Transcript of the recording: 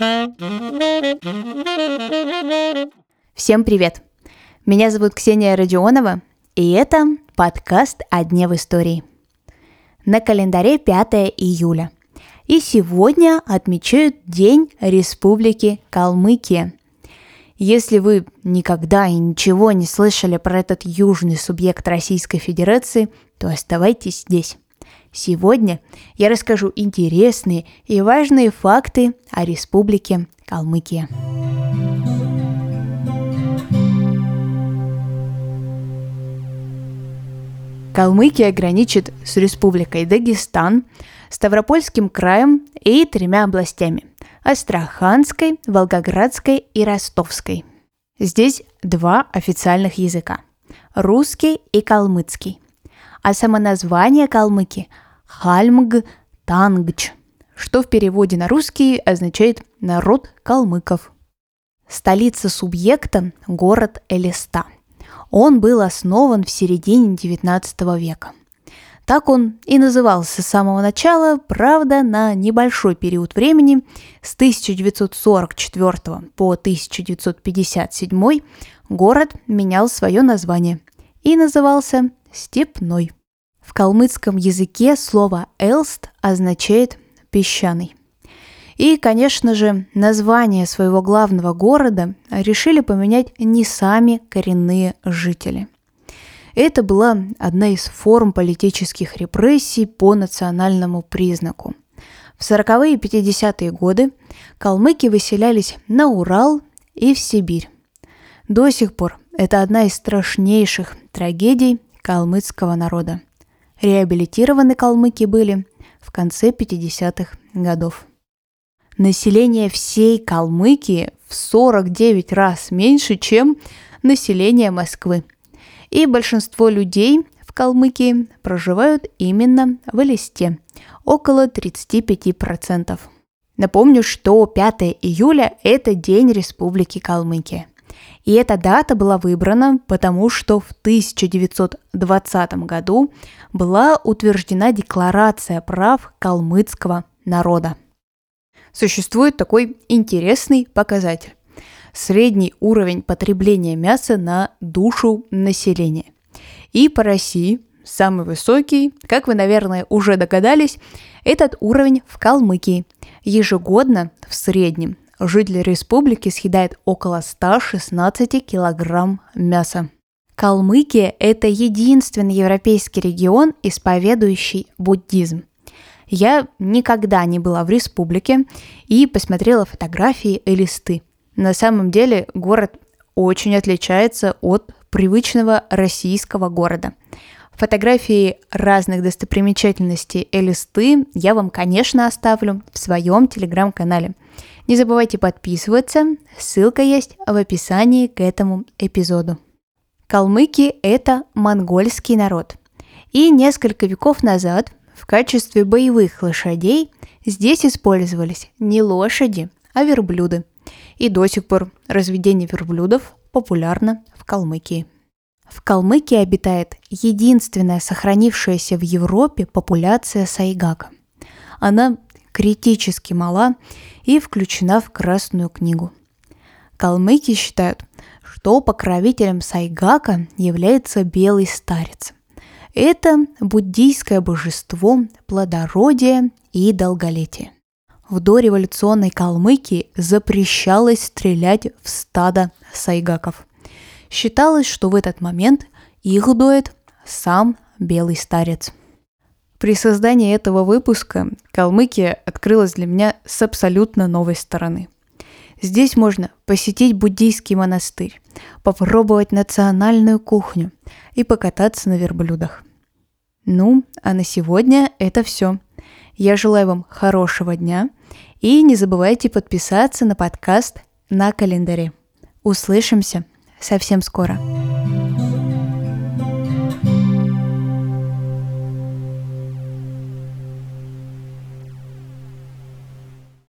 Всем привет! Меня зовут Ксения Родионова, и это подкаст «О дне в истории». На календаре 5 июля, и сегодня отмечают День Республики Калмыкия. Если вы никогда и ничего не слышали про этот южный субъект Российской Федерации, то оставайтесь здесь. Сегодня я расскажу интересные и важные факты о Республике Калмыкия. Калмыкия граничит с Республикой Дагестан, Ставропольским краем и 3 областями – Астраханской, Волгоградской и Ростовской. Здесь 2 официальных языка – русский и калмыцкий. А самоназвание Калмыкии – Хальмг-Тангч, что в переводе на русский означает «народ калмыков». Столица субъекта – город Элиста. Он был основан в середине XIX века. Так он и назывался с самого начала, правда, на небольшой период времени, с 1944 по 1957 город менял свое название и назывался Степной. В калмыцком языке слово «элст» означает «песчаный». И, конечно же, название своего главного города решили поменять не сами коренные жители. Это была одна из форм политических репрессий по национальному признаку. В 40-е и 50-е годы калмыки выселялись на Урал и в Сибирь. До сих пор это одна из страшнейших трагедий калмыцкого народа. Реабилитированы калмыки были в конце 50-х годов. Население всей Калмыкии в 49 раз меньше, чем население Москвы. И большинство людей в Калмыкии проживают именно в Элисте, около 35%. Напомню, что 5 июля – это День Республики Калмыкия. И эта дата была выбрана, потому что в 1920 году была утверждена Декларация прав калмыцкого народа. Существует такой интересный показатель – средний уровень потребления мяса на душу населения. И по России самый высокий, как вы, наверное, уже догадались, этот уровень в Калмыкии. Ежегодно в среднем жители республики съедают около 116 килограмм мяса. Калмыкия – это единственный европейский регион, исповедующий буддизм. Я никогда не была в республике и посмотрела фотографии Элисты. На самом деле город очень отличается от привычного российского города. Фотографии разных достопримечательностей Элисты я вам, конечно, оставлю в своем телеграм-канале. Не забывайте подписываться, ссылка есть в описании к этому эпизоду. Калмыки – это монгольский народ. И несколько веков назад в качестве боевых лошадей здесь использовались не лошади, а верблюды. И до сих пор разведение верблюдов популярно в Калмыкии. В Калмыкии обитает единственная сохранившаяся в Европе популяция сайгака. Она критически мала и включена в Красную книгу. Калмыки считают, что покровителем сайгака является белый старец. Это буддийское божество плодородия и долголетия. В дореволюционной Калмыкии запрещалось стрелять в стадо сайгаков. Считалось, что в этот момент их доит сам белый старец. При создании этого выпуска Калмыкия открылась для меня с абсолютно новой стороны. Здесь можно посетить буддийский монастырь, попробовать национальную кухню и покататься на верблюдах. Ну, а на сегодня это все. Я желаю вам хорошего дня и не забывайте подписаться на подкаст на календаре. Услышимся совсем скоро.